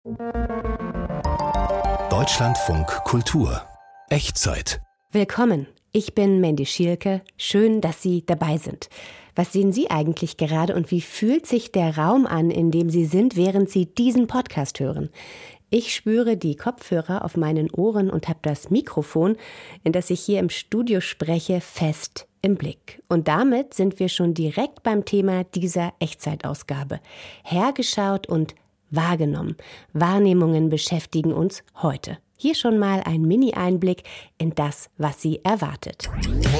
Deutschlandfunk Kultur. Echtzeit. Willkommen, ich bin Mandy Schielke. Schön, dass Sie dabei sind. Was sehen Sie eigentlich gerade und wie fühlt sich der Raum an, in dem Sie sind, während Sie diesen Podcast hören? Ich spüre die Kopfhörer auf meinen Ohren und habe das Mikrofon, in das ich hier im Studio spreche, fest im Blick. Und damit sind wir schon direkt beim Thema dieser Echtzeitausgabe. Hergeschaut und wahrgenommen. Wahrnehmungen beschäftigen uns heute. Hier schon mal ein Mini-Einblick in das, was Sie erwartet.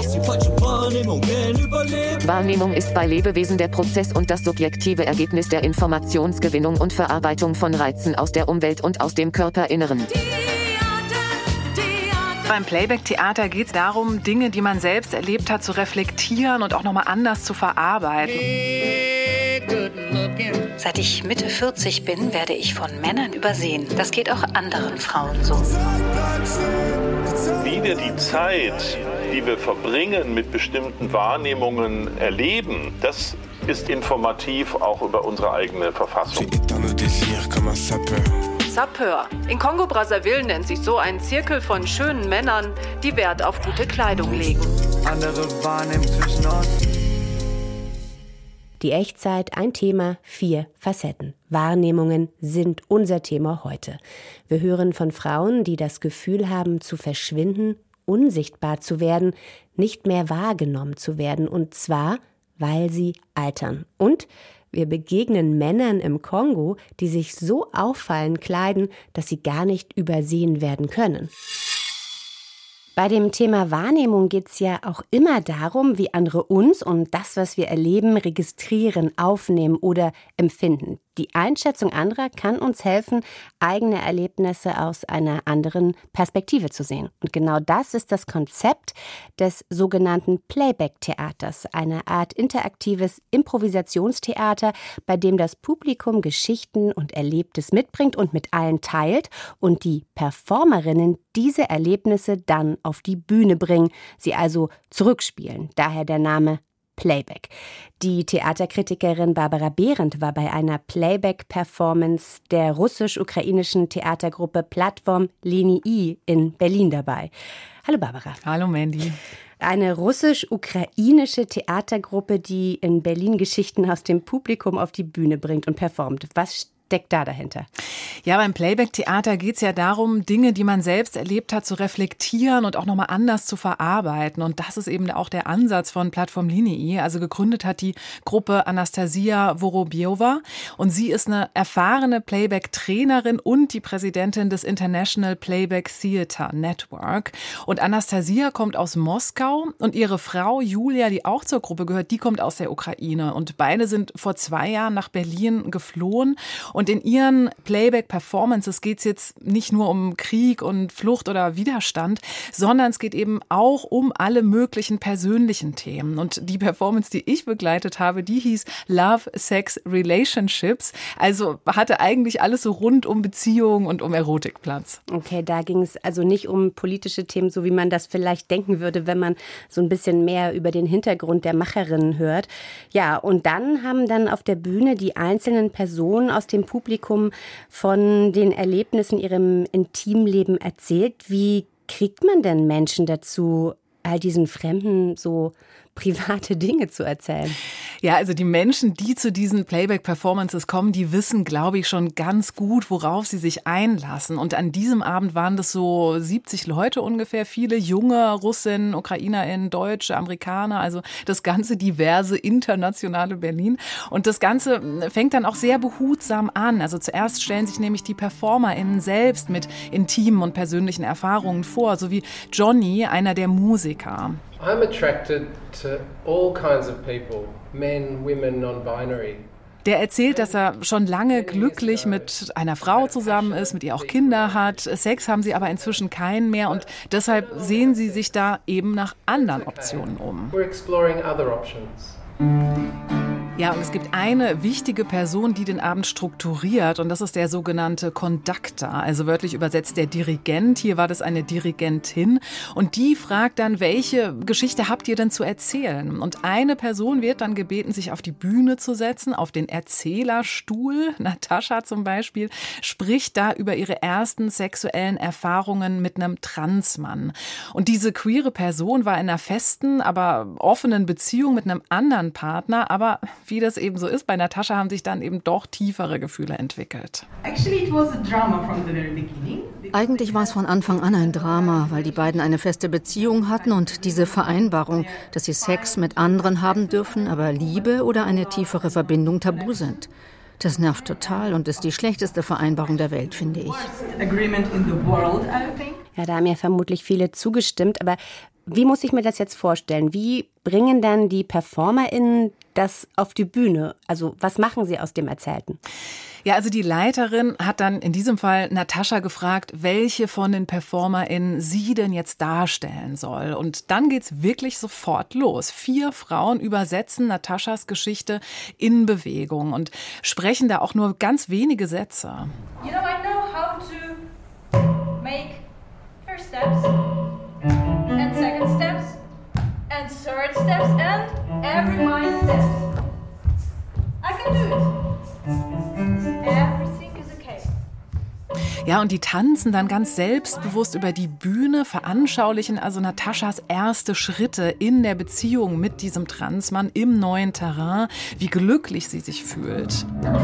Wahrnehmung ist bei Lebewesen der Prozess und das subjektive Ergebnis der Informationsgewinnung und Verarbeitung von Reizen aus der Umwelt und aus dem Körperinneren. Beim Playback-Theater geht es darum, Dinge, die man selbst erlebt hat, zu reflektieren und auch nochmal anders zu verarbeiten. Seit ich Mitte 40 bin, werde ich von Männern übersehen. Das geht auch anderen Frauen so. Wie wir die Zeit, die wir verbringen, mit bestimmten Wahrnehmungen erleben, das ist informativ auch über unsere eigene Verfassung. Sapeur. In Kongo-Brazzaville nennt sich so ein Zirkel von schönen Männern, die Wert auf gute Kleidung legen. Andere wahrnehmen zwischen uns. Die Echtzeit, ein Thema, 4 Facetten. Wahrnehmungen sind unser Thema heute. Wir hören von Frauen, die das Gefühl haben, zu verschwinden, unsichtbar zu werden, nicht mehr wahrgenommen zu werden. Und zwar, weil sie altern. Und wir begegnen Männern im Kongo, die sich so auffallend kleiden, dass sie gar nicht übersehen werden können. Bei dem Thema Wahrnehmung geht es ja auch immer darum, wie andere uns und das, was wir erleben, registrieren, aufnehmen oder empfinden. Die Einschätzung anderer kann uns helfen, eigene Erlebnisse aus einer anderen Perspektive zu sehen. Und genau das ist das Konzept des sogenannten Playback-Theaters, eine Art interaktives Improvisationstheater, bei dem das Publikum Geschichten und Erlebtes mitbringt und mit allen teilt und die Performerinnen diese Erlebnisse dann auf die Bühne bringen, sie also zurückspielen. Daher der Name Playback. Die Theaterkritikerin Barbara Behrendt war bei einer Playback-Performance der russisch-ukrainischen Theatergruppe Plattform Linii in Berlin dabei. Hallo Barbara. Hallo Mandy. Eine russisch-ukrainische Theatergruppe, die in Berlin Geschichten aus dem Publikum auf die Bühne bringt und performt. Was steckt da dahinter? Ja, beim Playback-Theater geht es ja darum, Dinge, die man selbst erlebt hat, zu reflektieren und auch nochmal anders zu verarbeiten. Und das ist eben auch der Ansatz von Plattform Linii. Also gegründet hat die Gruppe Anastasia Vorobjova. Und sie ist eine erfahrene Playback-Trainerin und die Präsidentin des International Playback Theater Network. Und Anastasia kommt aus Moskau und ihre Frau Julia, die auch zur Gruppe gehört, die kommt aus der Ukraine. Und beide sind vor 2 Jahren nach Berlin geflohen. Und in ihren Playback-Performances geht es jetzt nicht nur um Krieg und Flucht oder Widerstand, sondern es geht eben auch um alle möglichen persönlichen Themen. Und die Performance, die ich begleitet habe, die hieß Love, Sex, Relationships. Also hatte eigentlich alles so rund um Beziehungen und um Erotik Platz. Okay, da ging es also nicht um politische Themen, so wie man das vielleicht denken würde, wenn man so ein bisschen mehr über den Hintergrund der Macherinnen hört. Ja, und dann haben dann auf der Bühne die einzelnen Personen aus dem Publikum von den Erlebnissen ihrem Intimleben erzählt. Wie kriegt man denn Menschen dazu, all diesen Fremden so private Dinge zu erzählen? Ja, also die Menschen, die zu diesen Playback-Performances kommen, die wissen, glaube ich, schon ganz gut, worauf sie sich einlassen. Und an diesem Abend waren das so 70 Leute ungefähr, viele junge Russinnen, UkrainerInnen, Deutsche, Amerikaner, also das ganze diverse internationale Berlin. Und das Ganze fängt dann auch sehr behutsam an. Also zuerst stellen sich nämlich die PerformerInnen selbst mit intimen und persönlichen Erfahrungen vor, so wie Johnny, einer der Musiker. I'm attracted to all kinds of people, men, women, non-binary. Der erzählt, dass er schon lange glücklich mit einer Frau zusammen ist, mit ihr auch Kinder hat. Sex haben sie aber inzwischen keinen mehr und deshalb sehen sie sich da eben nach anderen Optionen um. We're exploring other options. Ja, und es gibt eine wichtige Person, die den Abend strukturiert, und das ist der sogenannte Conductor, also wörtlich übersetzt der Dirigent. Hier war das eine Dirigentin, und die fragt dann, welche Geschichte habt ihr denn zu erzählen? Und eine Person wird dann gebeten, sich auf die Bühne zu setzen, auf den Erzählerstuhl. Natascha zum Beispiel spricht da über ihre ersten sexuellen Erfahrungen mit einem Transmann. Und diese queere Person war in einer festen, aber offenen Beziehung mit einem anderen Partner, aber wie das eben so ist, bei Natascha haben sich dann eben doch tiefere Gefühle entwickelt. Eigentlich war es von Anfang an ein Drama, weil die beiden eine feste Beziehung hatten und diese Vereinbarung, dass sie Sex mit anderen haben dürfen, aber Liebe oder eine tiefere Verbindung tabu sind. Das nervt total und ist die schlechteste Vereinbarung der Welt, finde ich. Ja, da haben ja vermutlich viele zugestimmt, aber wie muss ich mir das jetzt vorstellen? Wie bringen dann die PerformerInnen das auf die Bühne? Also was machen sie aus dem Erzählten? Ja, also die Leiterin hat dann in diesem Fall Natascha gefragt, welche von den PerformerInnen sie denn jetzt darstellen soll. Und dann geht's wirklich sofort los. 4 Frauen übersetzen Nataschas Geschichte in Bewegung und sprechen da auch nur ganz wenige Sätze. You know, I know how to make first steps and second steps and third steps and every mind steps. I can do it. Everything is okay. Ja, und die tanzen dann ganz selbstbewusst über die Bühne, veranschaulichen also Nataschas erste Schritte in der Beziehung mit diesem Transmann im neuen Terrain, wie glücklich sie sich fühlt.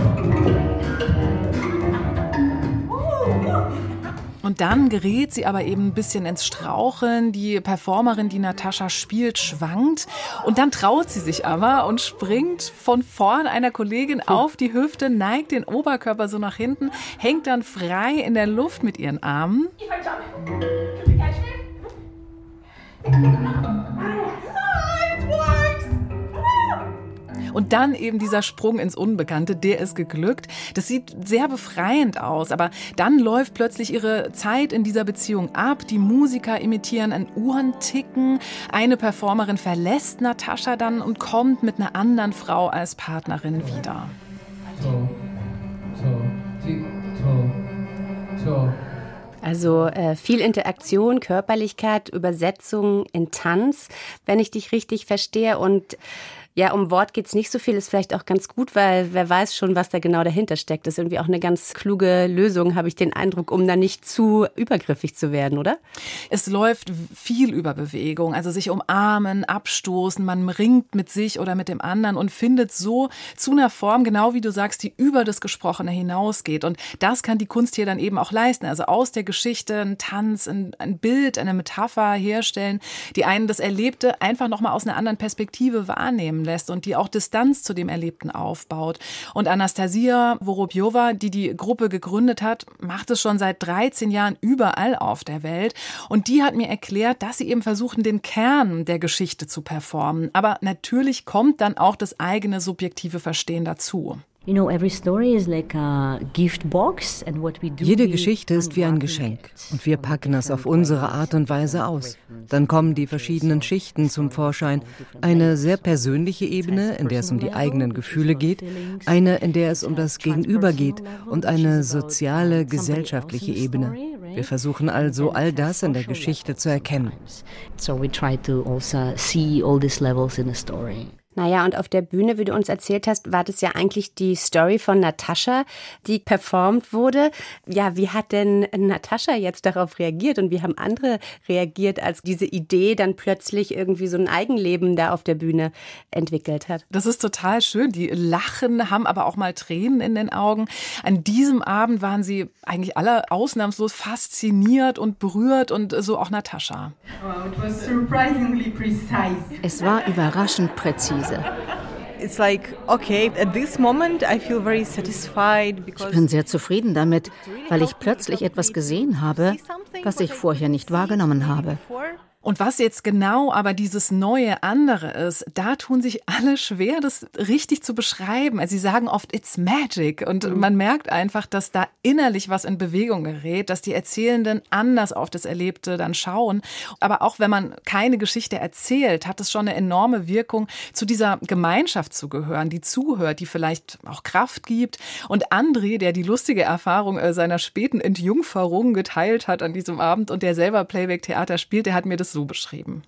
Und dann gerät sie aber eben ein bisschen ins Straucheln. Die Performerin, die Natascha spielt, schwankt. Und dann traut sie sich aber und springt von vorn einer Kollegin auf die Hüfte, neigt den Oberkörper so nach hinten, hängt dann frei in der Luft mit ihren Armen. Und dann eben dieser Sprung ins Unbekannte, der ist geglückt. Das sieht sehr befreiend aus, aber dann läuft plötzlich ihre Zeit in dieser Beziehung ab. Die Musiker imitieren ein Uhrenticken. Eine Performerin verlässt Natascha dann und kommt mit einer anderen Frau als Partnerin wieder. Also viel Interaktion, Körperlichkeit, Übersetzung in Tanz, wenn ich dich richtig verstehe. Und ja, um Wort geht's nicht so viel, ist vielleicht auch ganz gut, weil wer weiß schon, was da genau dahinter steckt. Das ist irgendwie auch eine ganz kluge Lösung, habe ich den Eindruck, um da nicht zu übergriffig zu werden, oder? Es läuft viel über Bewegung, also sich umarmen, abstoßen, man ringt mit sich oder mit dem anderen und findet so zu einer Form, genau wie du sagst, die über das Gesprochene hinausgeht. Und das kann die Kunst hier dann eben auch leisten, also aus der Geschichte ein Tanz, ein Bild, eine Metapher herstellen, die einen das Erlebte einfach nochmal aus einer anderen Perspektive wahrnehmen lässt und die auch Distanz zu dem Erlebten aufbaut. Und Anastasia Vorobjova, die die Gruppe gegründet hat, macht es schon seit 13 Jahren überall auf der Welt. Und die hat mir erklärt, dass sie eben versuchen, den Kern der Geschichte zu performen. Aber natürlich kommt dann auch das eigene subjektive Verstehen dazu. Jede Geschichte ist wie ein Geschenk und wir packen es auf unsere Art und Weise aus. Dann kommen die verschiedenen Schichten zum Vorschein. Eine sehr persönliche Ebene, in der es um die eigenen Gefühle geht, eine, in der es um das Gegenüber geht und eine soziale, gesellschaftliche Ebene. Wir versuchen also, all das in der Geschichte zu erkennen. Naja, und auf der Bühne, wie du uns erzählt hast, war das ja eigentlich die Story von Natascha, die performt wurde. Ja, wie hat denn Natascha jetzt darauf reagiert und wie haben andere reagiert, als diese Idee dann plötzlich irgendwie so ein Eigenleben da auf der Bühne entwickelt hat? Das ist total schön. Die lachen, haben aber auch mal Tränen in den Augen. An diesem Abend waren sie eigentlich alle ausnahmslos fasziniert und berührt und so auch Natascha. Es war überraschend präzise. It's like, okay, at this moment I feel very satisfied. Ich bin sehr zufrieden damit, weil ich plötzlich etwas gesehen habe, was ich vorher nicht wahrgenommen habe. Und was jetzt genau aber dieses neue andere ist, da tun sich alle schwer, das richtig zu beschreiben. Also sie sagen oft, it's magic. Und man merkt einfach, dass da innerlich was in Bewegung gerät, dass die Erzählenden anders auf das Erlebte dann schauen. Aber auch wenn man keine Geschichte erzählt, hat es schon eine enorme Wirkung, zu dieser Gemeinschaft zu gehören, die zuhört, die vielleicht auch Kraft gibt. Und André, der die lustige Erfahrung seiner späten Entjungferung geteilt hat an diesem Abend und der selber Playback-Theater spielt, der hat mir das so beschrieben.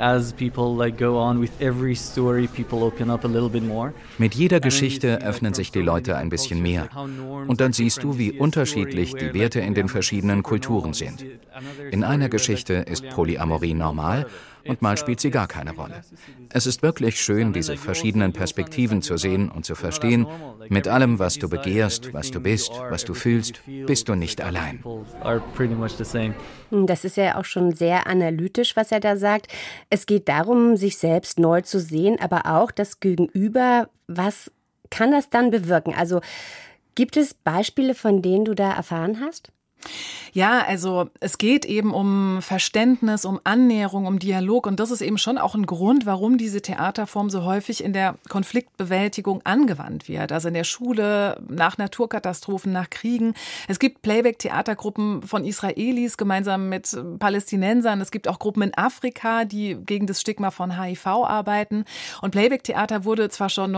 Mit jeder Geschichte öffnen sich die Leute ein bisschen mehr. Und dann siehst du, wie unterschiedlich die Werte in den verschiedenen Kulturen sind. In einer Geschichte ist Polyamorie normal und mal spielt sie gar keine Rolle. Es ist wirklich schön, diese verschiedenen Perspektiven zu sehen und zu verstehen, mit allem, was du begehrst, was du bist, was du fühlst, bist du nicht allein. Das ist ja auch schon sehr analytisch, was er da sagt. Es geht darum, sich selbst neu zu sehen, aber auch das Gegenüber. Was kann das dann bewirken? Also gibt es Beispiele, von denen du da erfahren hast? Ja, also es geht eben um Verständnis, um Annäherung, um Dialog und das ist eben schon auch ein Grund, warum diese Theaterform so häufig in der Konfliktbewältigung angewandt wird. Also in der Schule, nach Naturkatastrophen, nach Kriegen. Es gibt Playback-Theatergruppen von Israelis gemeinsam mit Palästinensern. Es gibt auch Gruppen in Afrika, die gegen das Stigma von HIV arbeiten. Und Playback-Theater wurde zwar schon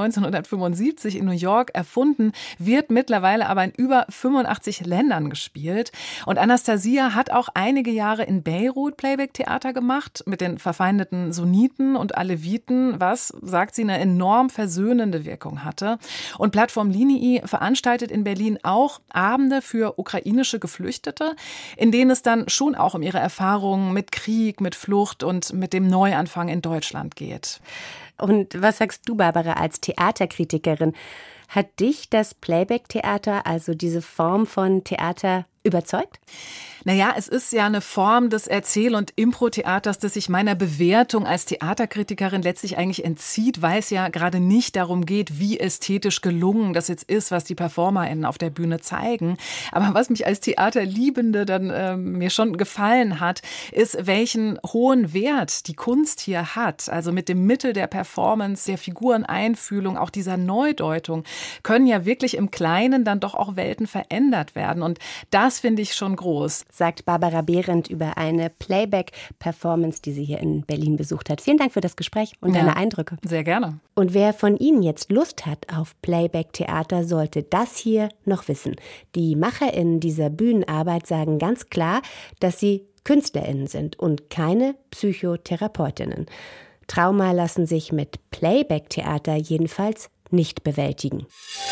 1975 in New York erfunden, wird mittlerweile aber in über 85 Ländern gespielt. Und Anastasia hat auch einige Jahre in Beirut Playback-Theater gemacht mit den verfeindeten Sunniten und Aleviten, was, sagt sie, eine enorm versöhnende Wirkung hatte. Und Plattform Linii veranstaltet in Berlin auch Abende für ukrainische Geflüchtete, in denen es dann schon auch um ihre Erfahrungen mit Krieg, mit Flucht und mit dem Neuanfang in Deutschland geht. Und was sagst du, Barbara, als Theaterkritikerin? Hat dich das Playback-Theater, also diese Form von Theater, überzeugt? Naja, es ist ja eine Form des Erzähl- und Impro-Theaters, das sich meiner Bewertung als Theaterkritikerin letztlich eigentlich entzieht, weil es ja gerade nicht darum geht, wie ästhetisch gelungen das jetzt ist, was die PerformerInnen auf der Bühne zeigen. Aber was mich als Theaterliebende dann mir schon gefallen hat, ist, welchen hohen Wert die Kunst hier hat. Also mit dem Mittel der Performance, der Figureneinfühlung, auch dieser Neudeutung, können ja wirklich im Kleinen dann doch auch Welten verändert werden. Und das finde ich schon groß. Sagt Barbara Behrendt über eine Playback-Performance, die sie hier in Berlin besucht hat. Vielen Dank für das Gespräch und deine Eindrücke. Sehr gerne. Und wer von Ihnen jetzt Lust hat auf Playback-Theater, sollte das hier noch wissen. Die MacherInnen dieser Bühnenarbeit sagen ganz klar, dass sie KünstlerInnen sind und keine PsychotherapeutInnen. Trauma lassen sich mit Playback-Theater jedenfalls nicht bewältigen.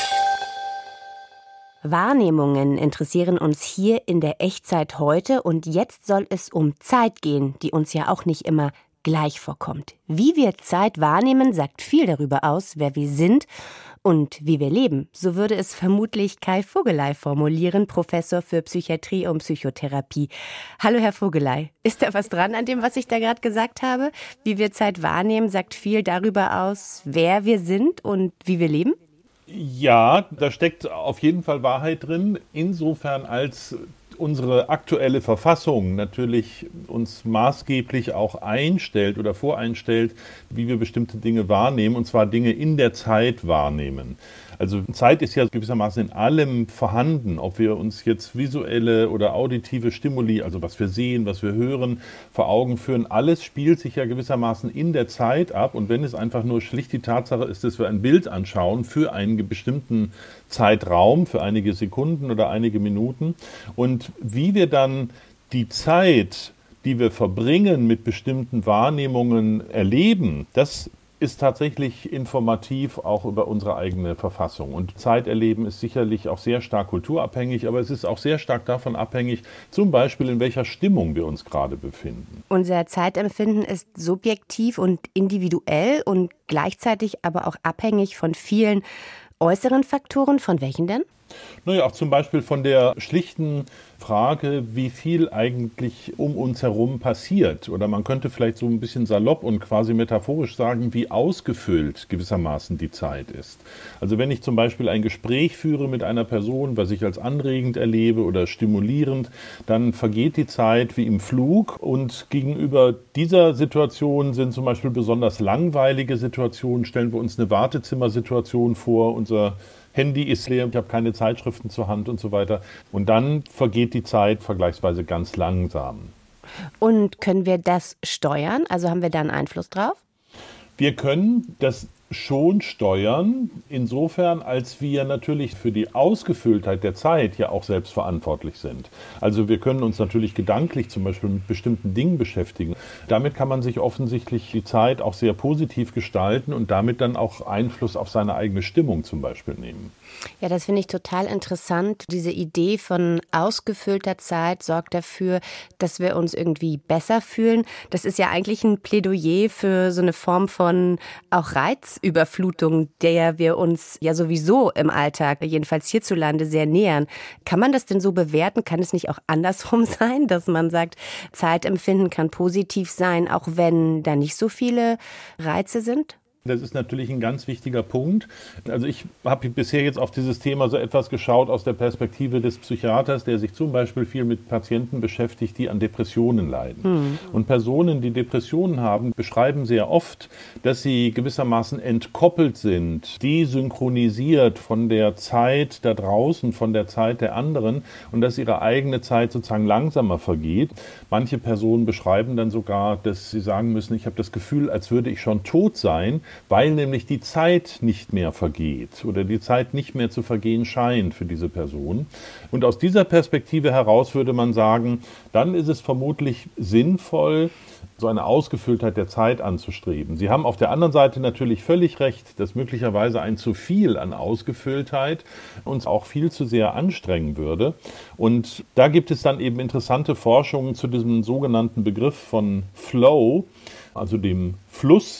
Wahrnehmungen interessieren uns hier in der Echtzeit heute und jetzt soll es um Zeit gehen, die uns ja auch nicht immer gleich vorkommt. Wie wir Zeit wahrnehmen, sagt viel darüber aus, wer wir sind und wie wir leben. So würde es vermutlich Kai Vogelei formulieren, Professor für Psychiatrie und Psychotherapie. Hallo Herr Vogelei, ist da was dran an dem, was ich da gerade gesagt habe? Wie wir Zeit wahrnehmen, sagt viel darüber aus, wer wir sind und wie wir leben? Ja, da steckt auf jeden Fall Wahrheit drin, insofern als unsere aktuelle Verfassung natürlich uns maßgeblich auch einstellt oder voreinstellt, wie wir bestimmte Dinge wahrnehmen, und zwar Dinge in der Zeit wahrnehmen. Also Zeit ist ja gewissermaßen in allem vorhanden, ob wir uns jetzt visuelle oder auditive Stimuli, also was wir sehen, was wir hören, vor Augen führen. Alles spielt sich ja gewissermaßen in der Zeit ab. Und wenn es einfach nur schlicht die Tatsache ist, dass wir ein Bild anschauen für einen bestimmten Zeitraum, für einige Sekunden oder einige Minuten, und wie wir dann die Zeit, die wir verbringen, mit bestimmten Wahrnehmungen erleben, das ist tatsächlich informativ auch über unsere eigene Verfassung. Und Zeiterleben ist sicherlich auch sehr stark kulturabhängig, aber es ist auch sehr stark davon abhängig, zum Beispiel in welcher Stimmung wir uns gerade befinden. Unser Zeitempfinden ist subjektiv und individuell und gleichzeitig aber auch abhängig von vielen äußeren Faktoren. Von welchen denn? Naja, auch zum Beispiel von der schlichten Frage, wie viel eigentlich um uns herum passiert. Oder man könnte vielleicht so ein bisschen salopp und quasi metaphorisch sagen, wie ausgefüllt gewissermaßen die Zeit ist. Also wenn ich zum Beispiel ein Gespräch führe mit einer Person, was ich als anregend erlebe oder stimulierend, dann vergeht die Zeit wie im Flug. Und gegenüber dieser Situation sind zum Beispiel besonders langweilige Situationen. Stellen wir uns eine Wartezimmersituation vor, unser Handy ist leer, ich habe keine Zeitschriften zur Hand und so weiter. Und dann vergeht die Zeit vergleichsweise ganz langsam. Und können wir das steuern? Also haben wir da einen Einfluss drauf? Wir können das schon steuern, insofern, als wir natürlich für die Ausgefülltheit der Zeit ja auch selbst verantwortlich sind. Also wir können uns natürlich gedanklich zum Beispiel mit bestimmten Dingen beschäftigen. Damit kann man sich offensichtlich die Zeit auch sehr positiv gestalten und damit dann auch Einfluss auf seine eigene Stimmung zum Beispiel nehmen. Ja, das finde ich total interessant. Diese Idee von ausgefüllter Zeit sorgt dafür, dass wir uns irgendwie besser fühlen. Das ist ja eigentlich ein Plädoyer für so eine Form von auch Reizüberflutung, der wir uns ja sowieso im Alltag, jedenfalls hierzulande, sehr nähern. Kann man das denn so bewerten? Kann es nicht auch andersrum sein, dass man sagt, Zeitempfinden kann positiv sein, auch wenn da nicht so viele Reize sind? Das ist natürlich ein ganz wichtiger Punkt. Also ich habe bisher jetzt auf dieses Thema so etwas geschaut aus der Perspektive des Psychiaters, der sich zum Beispiel viel mit Patienten beschäftigt, die an Depressionen leiden. Und Personen, die Depressionen haben, beschreiben sehr oft, dass sie gewissermaßen entkoppelt sind, desynchronisiert von der Zeit da draußen, von der Zeit der anderen und dass ihre eigene Zeit sozusagen langsamer vergeht. Manche Personen beschreiben dann sogar, dass sie sagen müssen, ich habe das Gefühl, als würde ich schon tot sein, weil nämlich die Zeit nicht mehr vergeht oder die Zeit nicht mehr zu vergehen scheint für diese Person. Und aus dieser Perspektive heraus würde man sagen, dann ist es vermutlich sinnvoll, so eine Ausgefülltheit der Zeit anzustreben. Sie haben auf der anderen Seite natürlich völlig recht, dass möglicherweise ein zu viel an Ausgefülltheit uns auch viel zu sehr anstrengen würde. Und da gibt es dann eben interessante Forschungen zu diesem sogenannten Begriff von Flow, also dem Fluss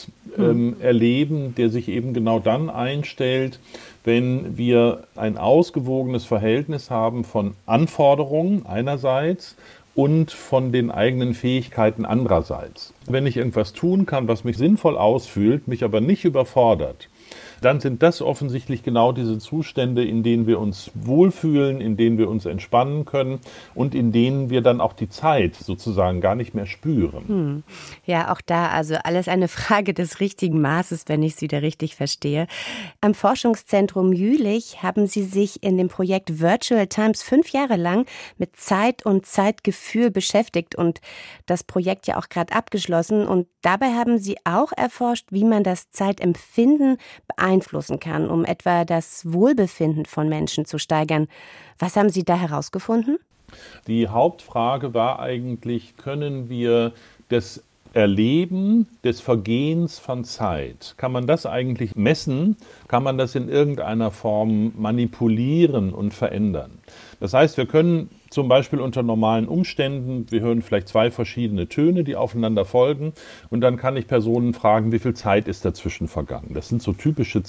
erleben, der sich eben genau dann einstellt, wenn wir ein ausgewogenes Verhältnis haben von Anforderungen einerseits und von den eigenen Fähigkeiten andererseits. Wenn ich irgendwas tun kann, was mich sinnvoll ausfühlt, mich aber nicht überfordert, dann sind das offensichtlich genau diese Zustände, in denen wir uns wohlfühlen, in denen wir uns entspannen können und in denen wir dann auch die Zeit sozusagen gar nicht mehr spüren. Ja, auch da also alles eine Frage des richtigen Maßes, wenn ich Sie da richtig verstehe. Am Forschungszentrum Jülich haben Sie sich in dem Projekt Virtual Times 5 Jahre lang mit Zeit und Zeitgefühl beschäftigt und das Projekt ja auch gerade abgeschlossen. Und dabei haben Sie auch erforscht, wie man das Zeitempfinden beeinflussen kann, um etwa das Wohlbefinden von Menschen zu steigern. Was haben Sie da herausgefunden? Die Hauptfrage war eigentlich, können wir das Erleben des Vergehens von Zeit, kann man das eigentlich messen? Kann man das in irgendeiner Form manipulieren und verändern? Das heißt, wir können zum Beispiel unter normalen Umständen, wir hören vielleicht 2 verschiedene Töne, die aufeinander folgen und dann kann ich Personen fragen, wie viel Zeit ist dazwischen vergangen. Das sind so typische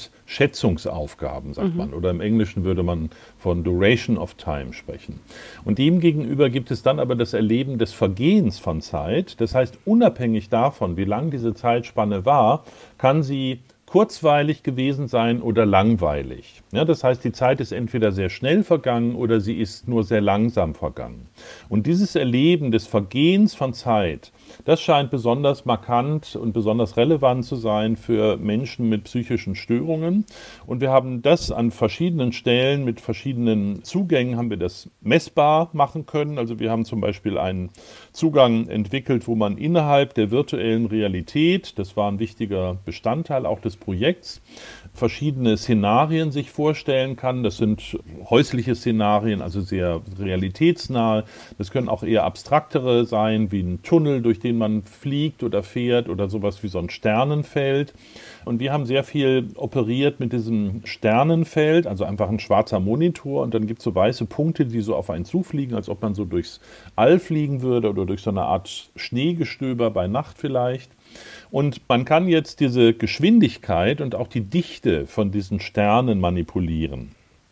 Zeitschätzungsaufgaben, sagt man. Oder im Englischen würde man von Duration of Time sprechen. Und dem gegenüber gibt es dann aber das Erleben des Vergehens von Zeit. Das heißt, unabhängig davon, wie lang diese Zeitspanne war, kann sie kurzweilig gewesen sein oder langweilig. Ja, das heißt, die Zeit ist entweder sehr schnell vergangen oder sie ist nur sehr langsam vergangen. Und dieses Erleben des Vergehens von Zeit, das scheint besonders markant und besonders relevant zu sein für Menschen mit psychischen Störungen. Und wir haben das an verschiedenen Stellen mit verschiedenen Zugängen haben wir das messbar machen können. Also wir haben zum Beispiel einen Zugang entwickelt, wo man innerhalb der virtuellen Realität, das war ein wichtiger Bestandteil auch des Projekts, verschiedene Szenarien sich vorstellen kann. Das sind häusliche Szenarien, also sehr realitätsnahe. Das können auch eher abstraktere sein, wie ein Tunnel, durch den man fliegt oder fährt oder sowas wie so ein Sternenfeld. Und wir haben sehr viel operiert mit diesem Sternenfeld, also einfach ein schwarzer Monitor und dann gibt es so weiße Punkte, die so auf einen zufliegen, als ob man so durchs All fliegen würde oder durch so eine Art Schneegestöber bei Nacht vielleicht. Und man kann jetzt diese Geschwindigkeit und auch die Dichte von diesen Sternen manipulieren.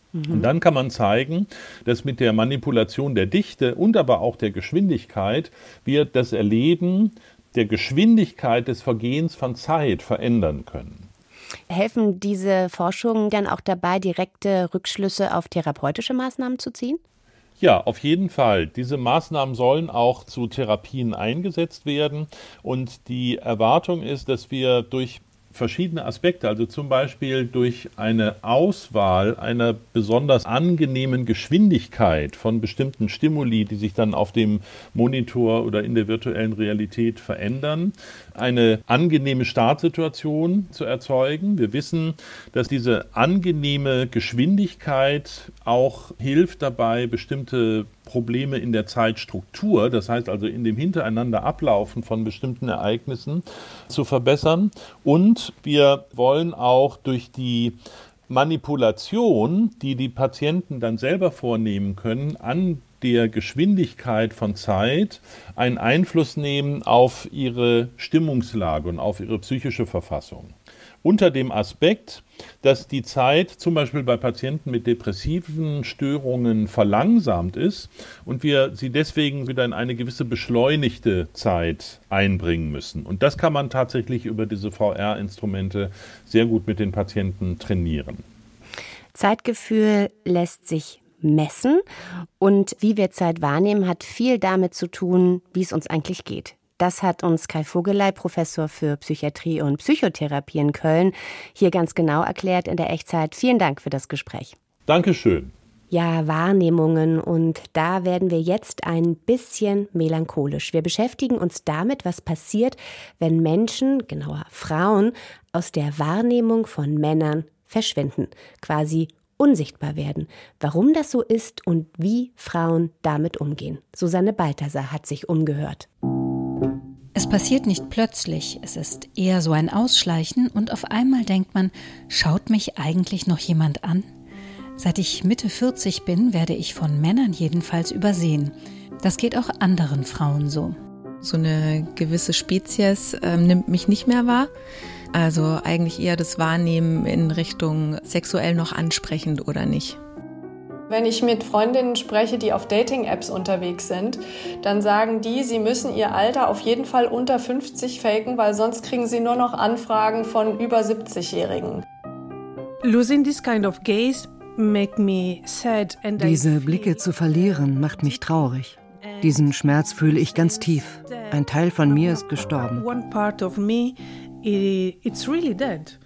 Und dann kann man zeigen, dass mit der Manipulation der Dichte und aber auch der Geschwindigkeit wir das Erleben der Geschwindigkeit des Vergehens von Zeit verändern können. Helfen diese Forschungen dann auch dabei, direkte Rückschlüsse auf therapeutische Maßnahmen zu ziehen? Ja, auf jeden Fall. Diese Maßnahmen sollen auch zu Therapien eingesetzt werden. Und die Erwartung ist, dass wir durch verschiedene Aspekte, also zum Beispiel durch eine Auswahl einer besonders angenehmen Geschwindigkeit von bestimmten Stimuli, die sich dann auf dem Monitor oder in der virtuellen Realität verändern, eine angenehme Startsituation zu erzeugen. Wir wissen, dass diese angenehme Geschwindigkeit auch hilft dabei, bestimmte Probleme in der Zeitstruktur, das heißt also in dem Hintereinander Ablaufen von bestimmten Ereignissen, zu verbessern. Und wir wollen auch durch die Manipulation, die die Patienten dann selber vornehmen können, an der Geschwindigkeit von Zeit einen Einfluss nehmen auf ihre Stimmungslage und auf ihre psychische Verfassung. Unter dem Aspekt, dass die Zeit zum Beispiel bei Patienten mit depressiven Störungen verlangsamt ist und wir sie deswegen wieder in eine gewisse beschleunigte Zeit einbringen müssen. Und das kann man tatsächlich über diese VR-Instrumente sehr gut mit den Patienten trainieren. Zeitgefühl lässt sich messen und wie wir Zeit wahrnehmen, hat viel damit zu tun, wie es uns eigentlich geht. Das hat uns Kai Vogeley, Professor für Psychiatrie und Psychotherapie in Köln, hier ganz genau erklärt in der Echtzeit. Vielen Dank für das Gespräch. Dankeschön. Ja, Wahrnehmungen. Und da werden wir jetzt ein bisschen melancholisch. Wir beschäftigen uns damit, was passiert, wenn Menschen, genauer Frauen, aus der Wahrnehmung von Männern verschwinden, quasi unsichtbar werden. Warum das so ist und wie Frauen damit umgehen. Susanne Balthasar hat sich umgehört. Es passiert nicht plötzlich, es ist eher so ein Ausschleichen und auf einmal denkt man, schaut mich eigentlich noch jemand an? Seit ich Mitte 40 bin, werde ich von Männern jedenfalls übersehen. Das geht auch anderen Frauen so. So eine gewisse Spezies nimmt mich nicht mehr wahr. Also eigentlich eher das Wahrnehmen in Richtung sexuell noch ansprechend oder nicht. Wenn ich mit Freundinnen spreche, die auf Dating-Apps unterwegs sind, dann sagen die, sie müssen ihr Alter auf jeden Fall unter 50 faken, weil sonst kriegen sie nur noch Anfragen von über 70-Jährigen. Losing this kind of gaze make me sad and Diese Blicke zu verlieren macht mich traurig. Diesen Schmerz fühle ich ganz tief. Ein Teil von mir ist gestorben. One part of me, it's really dead.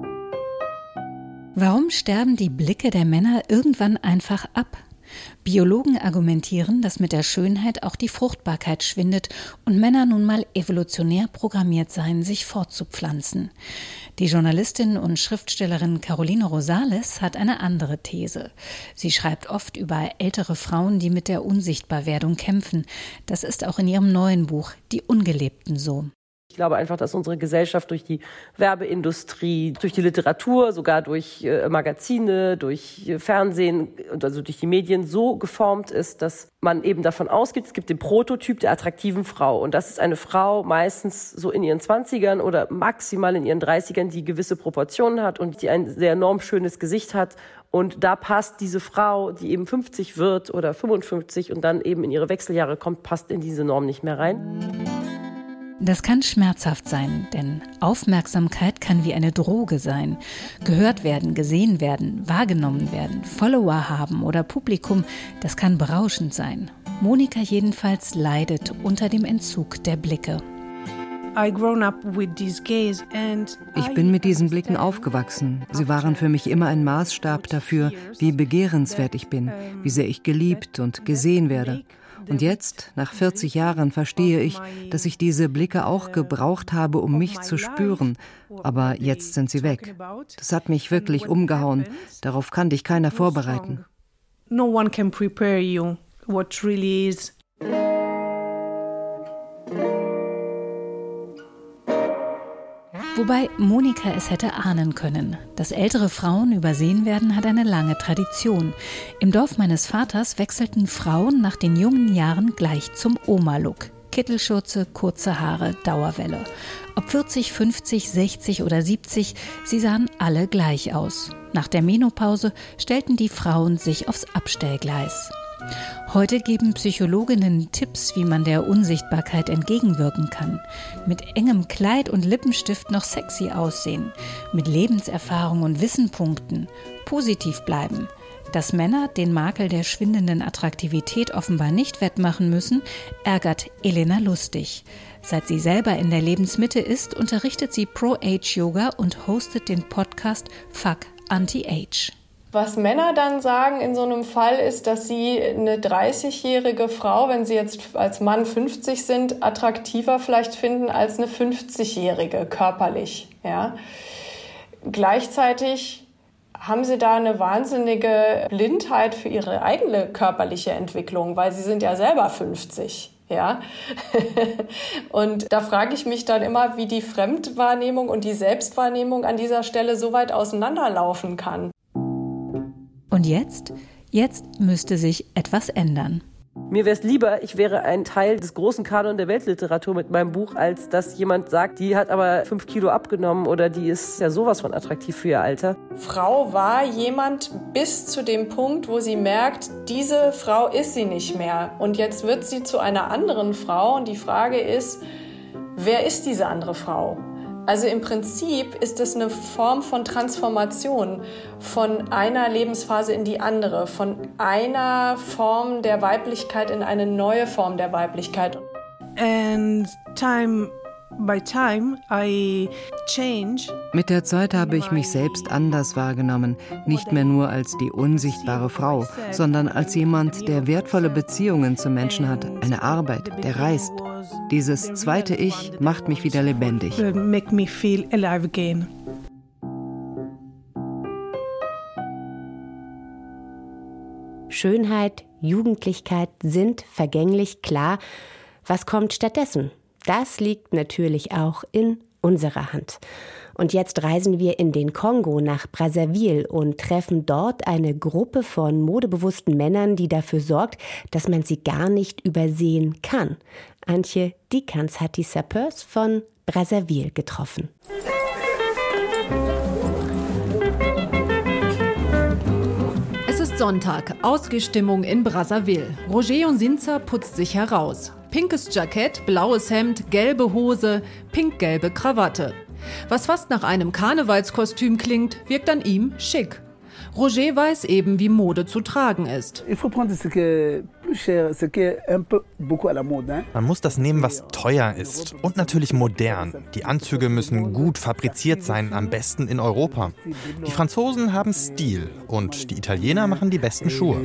Warum sterben die Blicke der Männer irgendwann einfach ab? Biologen argumentieren, dass mit der Schönheit auch die Fruchtbarkeit schwindet und Männer nun mal evolutionär programmiert seien, sich fortzupflanzen. Die Journalistin und Schriftstellerin Caroline Rosales hat eine andere These. Sie schreibt oft über ältere Frauen, die mit der Unsichtbarwerdung kämpfen. Das ist auch in ihrem neuen Buch »Die Ungelebten« so. Ich glaube einfach, dass unsere Gesellschaft durch die Werbeindustrie, durch die Literatur, sogar durch Magazine, durch Fernsehen, also durch die Medien so geformt ist, dass man eben davon ausgeht, es gibt den Prototyp der attraktiven Frau. Und das ist eine Frau meistens so in ihren 20ern oder maximal in ihren 30ern, die gewisse Proportionen hat und die ein sehr normschönes Gesicht hat. Und da passt diese Frau, die eben 50 wird oder 55 und dann eben in ihre Wechseljahre kommt, passt in diese Norm nicht mehr rein. Das kann schmerzhaft sein, denn Aufmerksamkeit kann wie eine Droge sein. Gehört werden, gesehen werden, wahrgenommen werden, Follower haben oder Publikum, das kann berauschend sein. Monika jedenfalls leidet unter dem Entzug der Blicke. Ich bin mit diesen Blicken aufgewachsen. Sie waren für mich immer ein Maßstab dafür, wie begehrenswert ich bin, wie sehr ich geliebt und gesehen werde. Und jetzt, nach 40 Jahren, verstehe ich, dass ich diese Blicke auch gebraucht habe, um mich zu spüren. Aber jetzt sind sie weg. Das hat mich wirklich umgehauen. Darauf kann dich keiner vorbereiten. No one can prepare you what really is. Wobei Monika es hätte ahnen können. Dass ältere Frauen übersehen werden, hat eine lange Tradition. Im Dorf meines Vaters wechselten Frauen nach den jungen Jahren gleich zum Oma-Look. Kittelschürze, kurze Haare, Dauerwelle. Ob 40, 50, 60 oder 70, sie sahen alle gleich aus. Nach der Menopause stellten die Frauen sich aufs Abstellgleis. Heute geben Psychologinnen Tipps, wie man der Unsichtbarkeit entgegenwirken kann. Mit engem Kleid und Lippenstift noch sexy aussehen. Mit Lebenserfahrung und Wissen punkten. Positiv bleiben. Dass Männer den Makel der schwindenden Attraktivität offenbar nicht wettmachen müssen, ärgert Elena Lustig. Seit sie selber in der Lebensmitte ist, unterrichtet sie Pro-Age-Yoga und hostet den Podcast Fuck Anti-Age. Was Männer dann sagen in so einem Fall ist, dass sie eine 30-jährige Frau, wenn sie jetzt als Mann 50 sind, attraktiver vielleicht finden als eine 50-jährige körperlich. Ja. Gleichzeitig haben sie da eine wahnsinnige Blindheit für ihre eigene körperliche Entwicklung, weil sie sind ja selber 50. Ja. Und da frage ich mich dann immer, wie die Fremdwahrnehmung und die Selbstwahrnehmung an dieser Stelle so weit auseinanderlaufen kann. Und jetzt? Jetzt müsste sich etwas ändern. Mir wäre es lieber, ich wäre ein Teil des großen Kanon der Weltliteratur mit meinem Buch, als dass jemand sagt, die hat aber 5 Kilo abgenommen oder die ist ja sowas von attraktiv für ihr Alter. Frau war jemand bis zu dem Punkt, wo sie merkt, diese Frau ist sie nicht mehr. Und jetzt wird sie zu einer anderen Frau und die Frage ist, wer ist diese andere Frau? Also im Prinzip ist es eine Form von Transformation von einer Lebensphase in die andere, von einer Form der Weiblichkeit in eine neue Form der Weiblichkeit. And time by time I change. Mit der Zeit habe ich mich selbst anders wahrgenommen, nicht mehr nur als die unsichtbare Frau, sondern als jemand, der wertvolle Beziehungen zu Menschen hat, eine Arbeit, der reist. Dieses zweite Ich macht mich wieder lebendig. Make me feel alive again. Schönheit, Jugendlichkeit sind vergänglich, klar. Was kommt stattdessen? Das liegt natürlich auch in unserer Hand. Und jetzt reisen wir in den Kongo nach Brazzaville und treffen dort eine Gruppe von modebewussten Männern, die dafür sorgt, dass man sie gar nicht übersehen kann. Antje Dikans hat die Sapeurs von Brazzaville getroffen. Es ist Sonntag, Ausgehstimmung in Brazzaville. Roger Onzinza putzt sich heraus. Pinkes Jackett, blaues Hemd, gelbe Hose, pinkgelbe Krawatte. Was fast nach einem Karnevalskostüm klingt, wirkt an ihm schick. Roger weiß eben, wie Mode zu tragen ist. Man muss das nehmen, was teuer ist und natürlich modern. Die Anzüge müssen gut fabriziert sein, am besten in Europa. Die Franzosen haben Stil und die Italiener machen die besten Schuhe.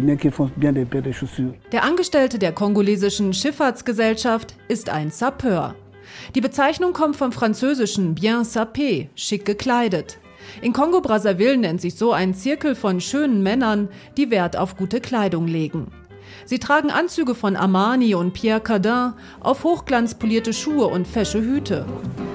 Der Angestellte der kongolesischen Schifffahrtsgesellschaft ist ein Sapeur. Die Bezeichnung kommt vom französischen bien sapé, schick gekleidet. In Kongo-Brazzaville nennt sich so ein Zirkel von schönen Männern, die Wert auf gute Kleidung legen. Sie tragen Anzüge von Armani und Pierre Cardin, auf hochglanzpolierte Schuhe und fesche Hüte.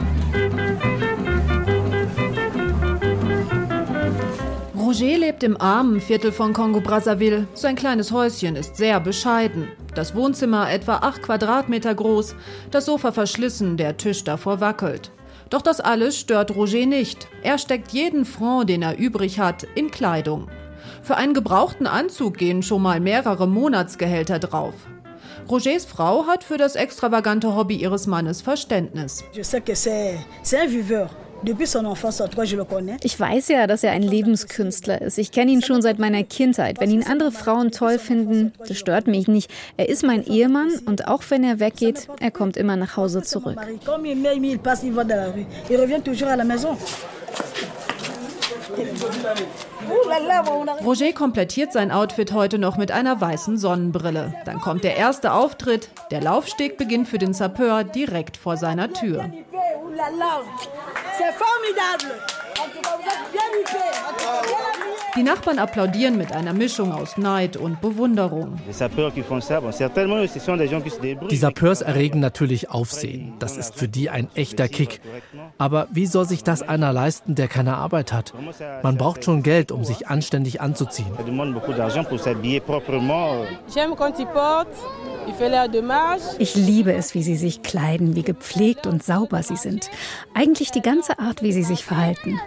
Roger lebt im armen Viertel von Kongo-Brazzaville. Sein kleines Häuschen ist sehr bescheiden. Das Wohnzimmer etwa 8 Quadratmeter groß, das Sofa verschlissen, der Tisch davor wackelt. Doch das alles stört Roger nicht. Er steckt jeden Franc, den er übrig hat, in Kleidung. Für einen gebrauchten Anzug gehen schon mal mehrere Monatsgehälter drauf. Rogers Frau hat für das extravagante Hobby ihres Mannes Verständnis. Ich weiß ja, dass er ein Lebenskünstler ist. Ich kenne ihn schon seit meiner Kindheit. Wenn ihn andere Frauen toll finden, das stört mich nicht. Er ist mein Ehemann und auch wenn er weggeht, er kommt immer nach Hause zurück. Roger komplettiert sein Outfit heute noch mit einer weißen Sonnenbrille. Dann kommt der erste Auftritt. Der Laufsteg beginnt für den Sapeur direkt vor seiner Tür. C'est formidable. Vous êtes bien huppés. Die Nachbarn applaudieren mit einer Mischung aus Neid und Bewunderung. Die Sapeurs erregen natürlich Aufsehen. Das ist für die ein echter Kick. Aber wie soll sich das einer leisten, der keine Arbeit hat? Man braucht schon Geld, um sich anständig anzuziehen. Ich liebe es, wie sie sich kleiden, wie gepflegt und sauber sie sind. Eigentlich die ganze Art, wie sie sich verhalten.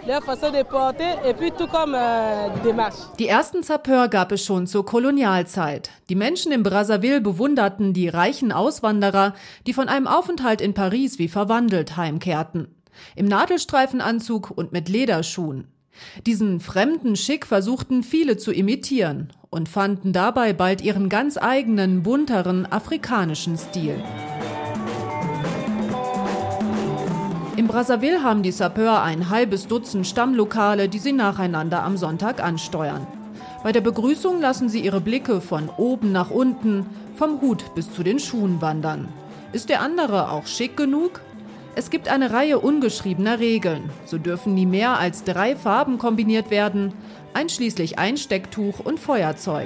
Die ersten Sapeurs gab es schon zur Kolonialzeit. Die Menschen in Brazzaville bewunderten die reichen Auswanderer, die von einem Aufenthalt in Paris wie verwandelt heimkehrten. Im Nadelstreifenanzug und mit Lederschuhen. Diesen fremden Schick versuchten viele zu imitieren und fanden dabei bald ihren ganz eigenen, bunteren, afrikanischen Stil. In Brazzaville haben die Sapeurs ein halbes Dutzend Stammlokale, die sie nacheinander am Sonntag ansteuern. Bei der Begrüßung lassen sie ihre Blicke von oben nach unten, vom Hut bis zu den Schuhen wandern. Ist der andere auch schick genug? Es gibt eine Reihe ungeschriebener Regeln. So dürfen nie mehr als 3 Farben kombiniert werden, einschließlich Einstecktuch und Feuerzeug.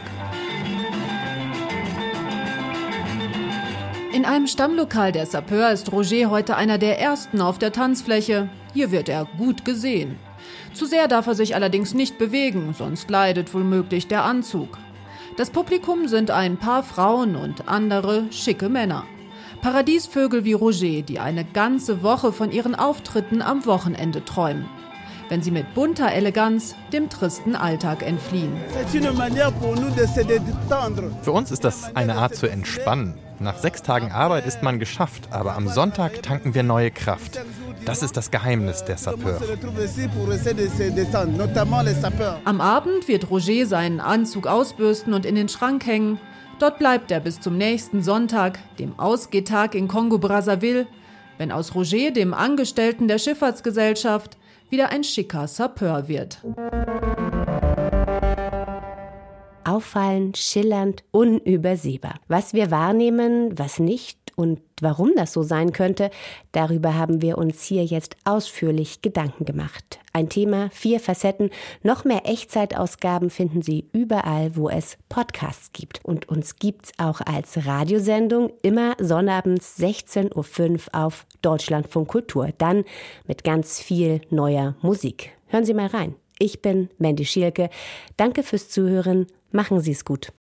In einem Stammlokal der Sapeurs ist Roger heute einer der Ersten auf der Tanzfläche. Hier wird er gut gesehen. Zu sehr darf er sich allerdings nicht bewegen, sonst leidet womöglich der Anzug. Das Publikum sind ein paar Frauen und andere schicke Männer. Paradiesvögel wie Roger, die eine ganze Woche von ihren Auftritten am Wochenende träumen. Wenn sie mit bunter Eleganz dem tristen Alltag entfliehen. Für uns ist das eine Art zu entspannen. Nach 6 Tagen Arbeit ist man geschafft, aber am Sonntag tanken wir neue Kraft. Das ist das Geheimnis der Sapeurs. Am Abend wird Roger seinen Anzug ausbürsten und in den Schrank hängen. Dort bleibt er bis zum nächsten Sonntag, dem Ausgehtag in Kongo-Brazzaville, wenn aus Roger, dem Angestellten der Schifffahrtsgesellschaft, wieder ein schicker Sapeur wird. Auffallend, schillernd, unübersehbar. Was wir wahrnehmen, was nicht und warum das so sein könnte, darüber haben wir uns hier jetzt ausführlich Gedanken gemacht. Ein Thema, 4 Facetten. Noch mehr Echtzeitausgaben finden Sie überall, wo es Podcasts gibt. Und uns gibt's auch als Radiosendung immer sonnabends 16:05 Uhr auf Deutschlandfunk Kultur. Dann mit ganz viel neuer Musik. Hören Sie mal rein. Ich bin Mandy Schielke. Danke fürs Zuhören. Machen Sie es gut.